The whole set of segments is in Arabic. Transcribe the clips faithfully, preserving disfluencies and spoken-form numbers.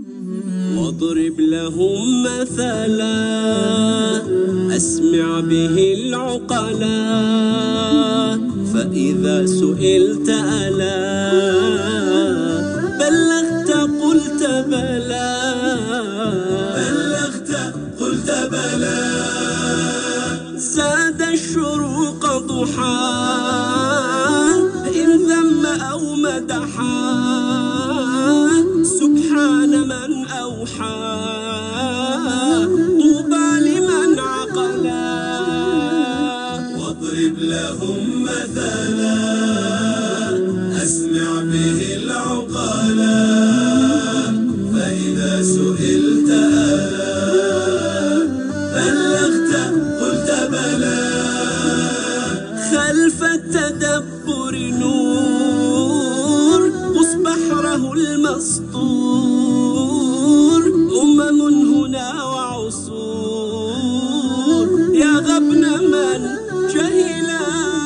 واضرب لهم مثلا أسمع به العقلا فإذا سئلت ألا بلغت قلت بلى بلغت قلت بلى زاد الشروق ضحى إن ذم أو مدحا سبحان من أوحى طوبى لمن عقلا واضرب لهم مثلا أسمع به العقلا فإذا سئلت ألا بلغت قلت بلى خلف التدبر نور قص بحره المسطور أمم هنا وعصور يا غبن من جهلا.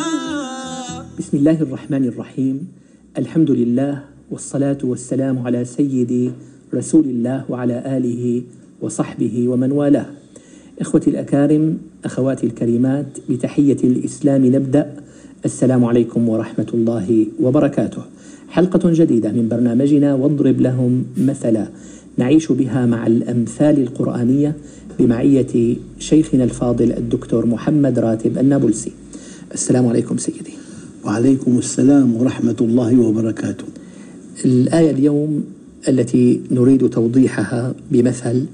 بسم الله الرحمن الرحيم. الحمد لله والصلاة والسلام على سيدي رسول الله وعلى آله وصحبه ومن والاه. إخوتي الأكارم، أخواتي الكريمات، بتحية الإسلام نبدأ. السلام عليكم ورحمة الله وبركاته. حلقة جديدة من برنامجنا واضرب لهم مثلا، نعيش بها مع الأمثال القرآنية بمعية شيخنا الفاضل الدكتور محمد راتب النابلسي. السلام عليكم سيدي. وعليكم السلام ورحمة الله وبركاته. الآية اليوم التي نريد توضيحها بمثل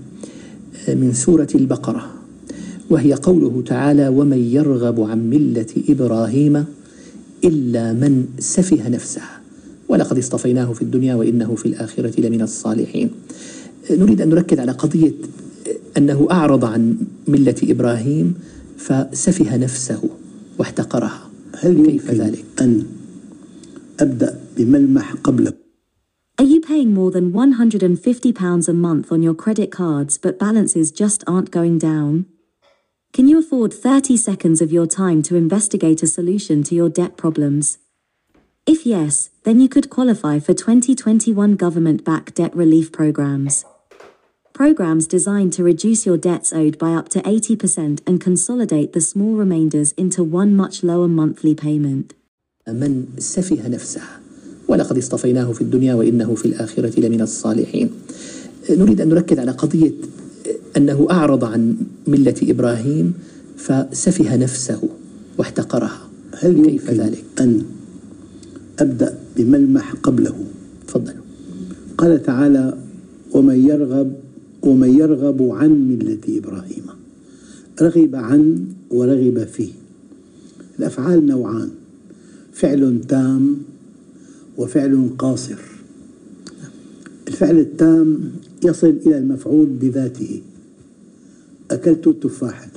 من سورة البقرة، وهي قوله تعالى: ومن يرغب عن ملة إبراهيم إلا من سفه نفسه ولقد اصطفيناه في الدنيا وإنه في الآخرة لمن الصالحين. نريد أن نركز على قضية أنه أعرض عن ملة إبراهيم فسفه نفسه واحتقرها. هل كيف ذلك؟ أن أبدأ بملمح قبله. Are you paying more than one hundred fifty pounds a month on your credit cards but balances just aren't going down? Can you afford thirty seconds of your time to investigate a solution to your debt problems? If yes, then you could qualify for twenty twenty-one government-backed debt relief programs. Programs designed to reduce your debts owed by up to eighty percent and consolidate the small remainders into one much lower monthly payment. من سفه نفسه ولقد اصطفيناه في الدنيا وإنه في الآخرة لمن الصالحين. نريد أن نركز على قضية أنه أعرض عن ملة إبراهيم فسفه نفسه واحتقرها. هل كيف ذلك؟ أن أبدأ بملمح قبله. تفضلوا. قال تعالى: ومن يرغب ومن يرغب عن ملة إبراهيم. رغب عن ورغب فيه. الأفعال نوعان: فعل تام وفعل قاصر. الفعل التام يصل إلى المفعول بذاته: أكلت التفاحة.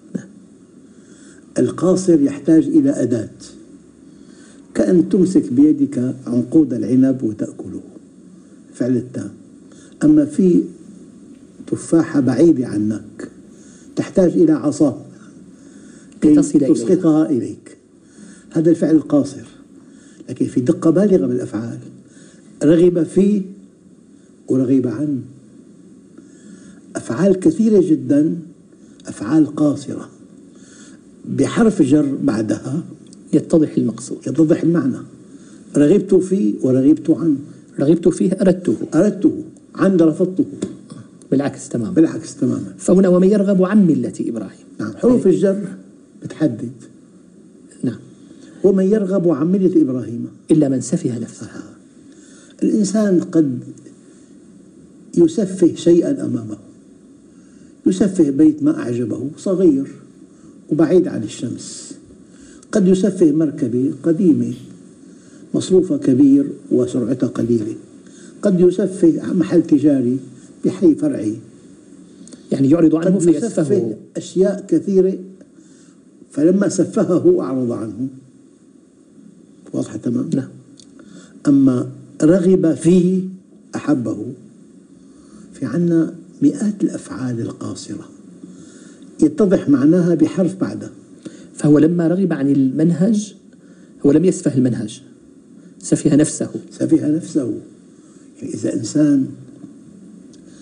القاصر يحتاج إلى أداة، كأن تمسك بيدك عنقود العنب وتأكله، الفعل التام. أما في تفاحة بعيدة عنك تحتاج إلى عصا كي تسقطها إليك، هذا الفعل القاصر. لكن في دقة بالغة بالأفعال: رغب فيه ورغب عنه. أفعال كثيرة جدا أفعال قاصرة بحرف جر بعدها يتضح المقصود، يتضح المعنى. رغبت فيه ورغبت عنه. رغبت فيه أردته أردته، عن رفضته. بالعكس تماما. بالعكس تماما. فهنا ومن يرغب عن ملة إبراهيم. نعم، حروف الجر بتحدد. نعم. ومن يرغب عن ملة إبراهيم إلا من سفه نفسه. الإنسان قد يسفه شيئا أمامه، يسفه بيت ما أعجبه صغير وبعيد عن الشمس، قد يسفه مركبة قديمة مصروفها كبير وسرعتها قليلة، قد يسفه محل تجاري بحي فرعي، يعني يعرض عنه قد يسفه أشياء كثيرة، فلما سفهه أعرض عنه. واضحة تمام؟ نعم. أما رغب فيه أحبه. في عنا مئات الأفعال القاصرة يتضح معناها بحرف بعده. فهو لما رغب عن المنهج هو لم يسفه المنهج، سفه نفسه. سفه نفسه. يعني إذا إنسان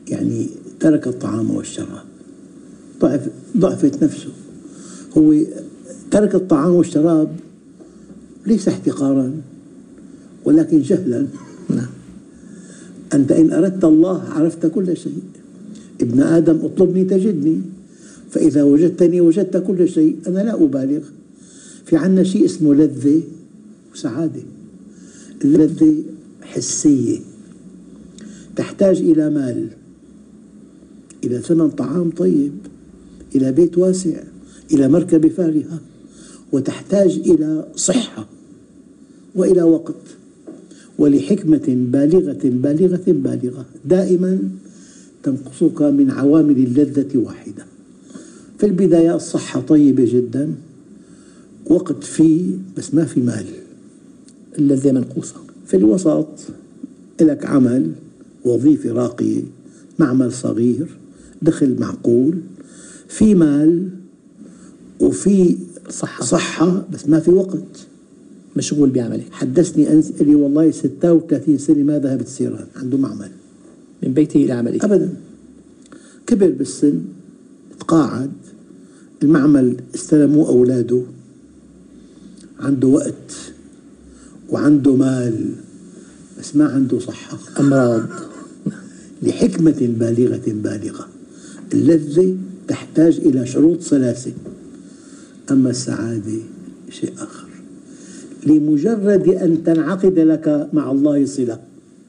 يعني ترك الطعام والشراب، ضعف ضعفت نفسه. هو ترك الطعام والشراب ليس احتقارا ولكن جهلا. نعم. أنت إن أردت الله عرفت كل شيء. ابن آدم اطلبني تجدني، فإذا وجدتني وجدت كل شيء. أنا لا أبالغ. في عنا شيء اسمه لذة وسعادة. اللذة حسية تحتاج إلى مال، إلى ثمن طعام طيب، إلى بيت واسع، إلى مركبة فارهة، وتحتاج إلى صحة وإلى وقت ولحكمة بالغة بالغة بالغة دائما تنقصك من عوامل اللذة واحدة. في البداية الصحة طيبة جدا، وقت فيه بس ما في مال، اللذة منقوصة. في الوسط لك عمل، وظيفة راقية، معمل صغير، دخل معقول، في مال وفي صحة صحة بس ما في وقت، مشغول بعمله. حدثني أنس قال لي والله ستة وثلاثين سنة ما ذهبت سيران، عنده معمل من بيته إلى عمله أبدا. كبر بالسن، تقاعد، المعمل استلموه أولاده، عنده وقت وعنده مال بس ما عنده صحة، أمراض. لحكمة بالغة بالغة. اللذة تحتاج إلى شروط ثلاثة، أما السعادة شيء آخر. لمجرد أن تنعقد لك مع الله صلة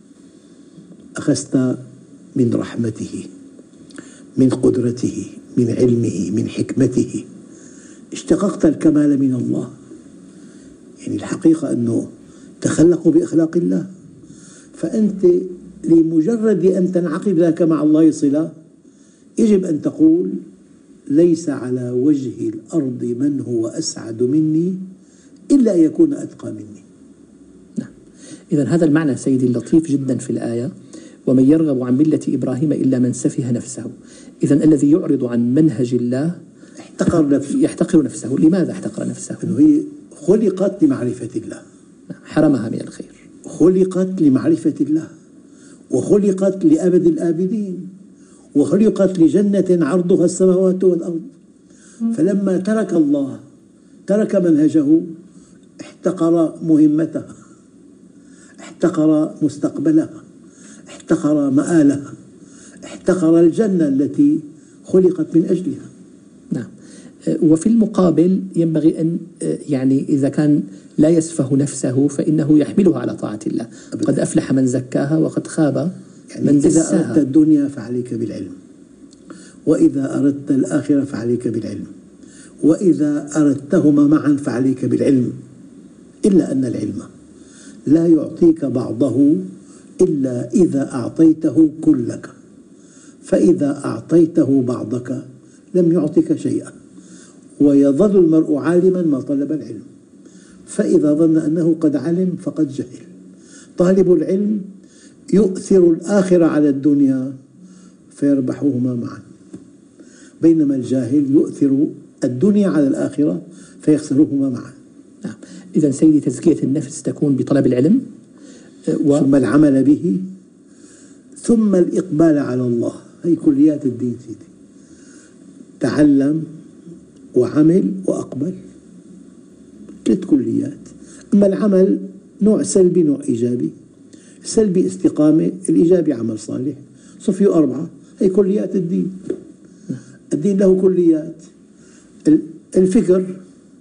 أخذت من رحمته، من قدرته، من علمه، من حكمته، اشتققت الكمال من الله. يعني الحقيقة أنه تخلقوا بأخلاق الله، فأنت لمجرد أن تنعقد لك مع الله صلة يجب أن تقول ليس على وجه الأرض من هو أسعد مني إلا أن يكون أتقى مني. نعم. إذن هذا المعنى سيدي اللطيف جدا في الآية، ومن يرغب عن ملة إبراهيم إلا من سفه نفسه. إذن الذي يعرض عن منهج الله احتقر نفسه. يحتقر نفسه. لماذا احتقر نفسه؟ أنه هي خلقت لمعرفة الله، حرمها من الخير، خلقت لمعرفة الله، وخلقت لأبد الآبدين، وخلقت لجنة عرضها السماوات والأرض. فلما ترك الله، ترك منهجه، احتقر مهمتها، احتقر مستقبلها، احتقر مآلها، احتقر الجنة التي خلقت من أجلها. نعم. وفي المقابل ينبغي أن يعني إذا كان لا يسفه نفسه فإنه يحملها على طاعة الله. أبدا. قد أفلح من زكاها وقد خاب يعني من إذا دساها. أردت الدنيا فعليك بالعلم، وإذا أردت الآخرة فعليك بالعلم، وإذا أردتهما معا فعليك بالعلم. إلا أن العلم لا يعطيك بعضه إلا إذا أعطيته كلك، فإذا أعطيته بعضك لم يعطك شيئا. ويظل المرء عالما ما طلب العلم، فإذا ظن أنه قد علم فقد جهل. طالب العلم يؤثر الآخرة على الدنيا فيربحهما معا، بينما الجاهل يؤثر الدنيا على الآخرة فيخسرهما معا. نعم. إذن سيدي تزكية النفس تكون بطلب العلم و... ثم العمل به، ثم الإقبال على الله. هي كليات الدين سيدي، تعلم وعمل وأقبل، ثلاث كليات. أما العمل نوع سلبي نوع إيجابي. السلبي استقامة، الإيجابي عمل صالح، صفيه أربعة. هي كليات الدين. الدين له كليات: الفكر،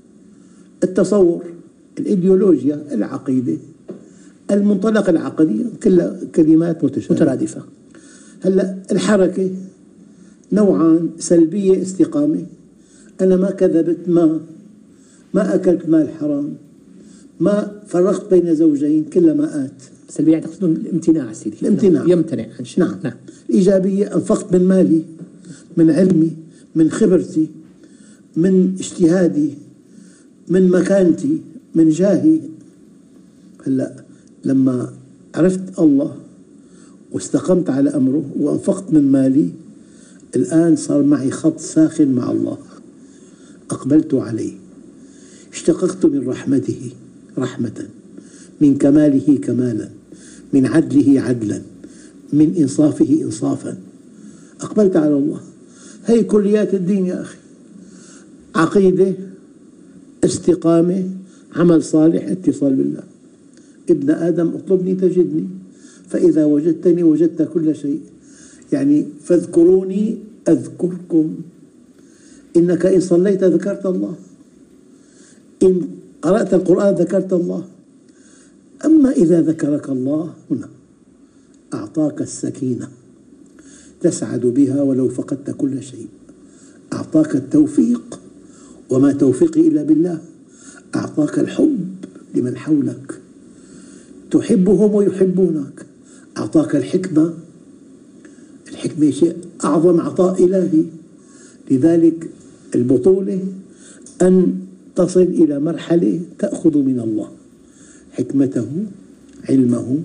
التصور، الإيديولوجيا، العقيدة، المنطلق العقدي، كلها كلمات مترادفة. هلا الحركة نوعان: سلبية استقامة، أنا ما كذبت، ما ما أكلت مال حرام، ما فرقت بين زوجين، كلها ماءات. سلبية يعني تقصدون الامتناع سيدي، الامتناع، يمتنع عن شيء. نعم. نعم. الإيجابية أنفقت من مالي، من علمي، من خبرتي، من اجتهادي، من مكانتي، من جاهي. هلا لما عرفت الله واستقمت على أمره وأنفقت من مالي، الآن صار معي خط ساخن مع الله، أقبلت عليه، اشتققت من رحمته رحمة، من كماله كمالا، من عدله عدلا، من إنصافه إنصافا. أقبلت على الله. هي كليات الدين يا أخي: عقيدة، استقامة، عمل صالح، اتصال بالله. ابن آدم اطلبني تجدني، فإذا وجدتني وجدت كل شيء. يعني فاذكروني أذكركم، إنك إن صليت ذكرت الله، إن قرأت القرآن ذكرت الله. أما إذا ذكرك الله هنا أعطاك السكينة تسعد بها ولو فقدت كل شيء، أعطاك التوفيق وما توفيقي إلا بالله، أعطاك الحب لمن حولك تحبهم ويحبونك، أعطاك الحكمة. الحكمة شيء أعظم عطاء إلهي. لذلك البطولة أن تصل إلى مرحلة تأخذ من الله حكمته، علمه،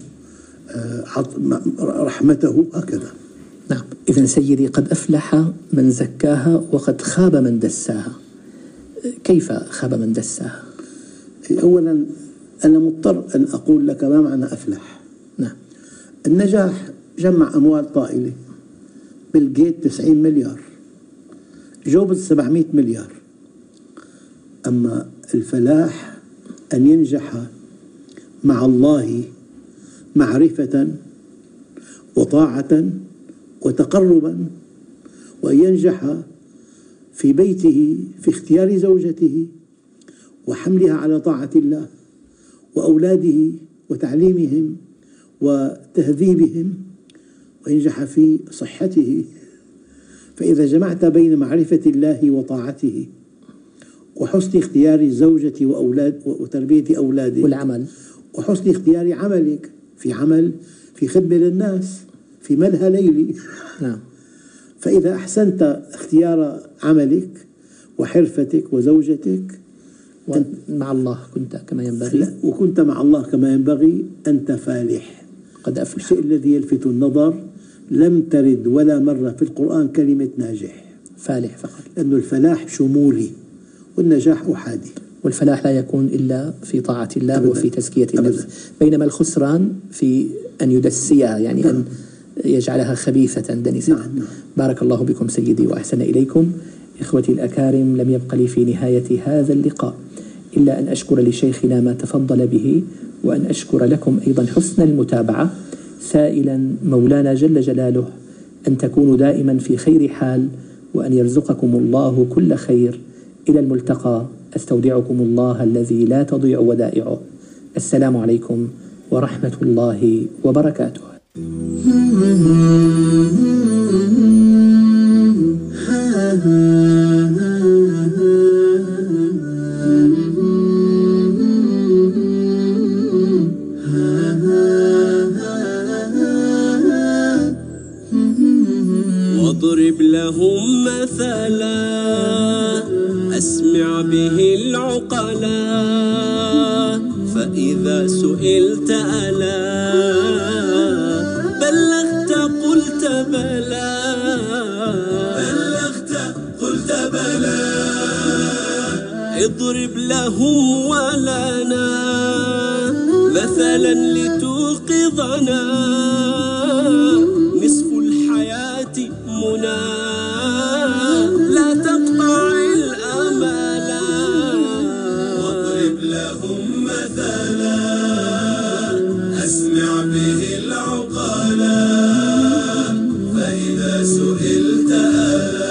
رحمته، هكذا. نعم. إذن سيدي قد أفلح من زكاها وقد خاب من دساها. كيف خاب من دساها؟ أولا أنا مضطر أن أقول لك ما معنى أفلح. نعم. النجاح جمع أموال طائلة، بيل جيت تسعين مليار، جوبز سبعمئة مليار. أما الفلاح أن ينجح مع الله معرفة وطاعة وتقربا، وأن ينجح في بيته في اختيار زوجته وحملها على طاعة الله، وأولاده وتعليمهم وتهذيبهم، وينجح في صحته. فإذا جمعت بين معرفة الله وطاعته وحسن اختيار الزوجة وأولاد وتربية أولادك والعمل، وحسن اختيار عملك، في عمل في خدمة للناس، في ملهى ليلي. نعم. فإذا أحسنت اختيار عملك وحرفتك وزوجتك ومع الله كنت كما ينبغي، وكنت مع الله كما ينبغي، أنت فالح. قد أفلح. الشيء الذي يلفت النظر لم ترد ولا مرة في القرآن كلمة ناجح، فالح فقط، لأن الفلاح شمولي والنجاح أحادي. والفلاح لا يكون إلا في طاعة الله أبداً. وفي تزكية النفس. أبداً. بينما الخسران في أن يدسيها، يعني أن يجعلها خبيثة دنسة. نعم. بارك الله بكم سيدي وأحسن إليكم. إخوتي الأكارم، لم يبق لي في نهاية هذا اللقاء إلا أن أشكر لشيخنا ما تفضل به، وأن أشكر لكم أيضا حسن المتابعة، سائلا مولانا جل جلاله أن تكونوا دائما في خير حال، وأن يرزقكم الله كل خير. إلى الملتقى، أستودعكم الله الذي لا تضيع ودائعه. السلام عليكم ورحمة الله وبركاته. واضرب لهم مثلا أسمع به العقلاء، فإذا سئلت ألا بلغت قلت بلى، بلغت قلت بلى. اضرب لهم ولنا مثلا لتوقظنا، نصف الحياة منى، لا تقطع الأمل. واضرب لهم مثلا أسمع به العقلاء، فإذا سئلت ألا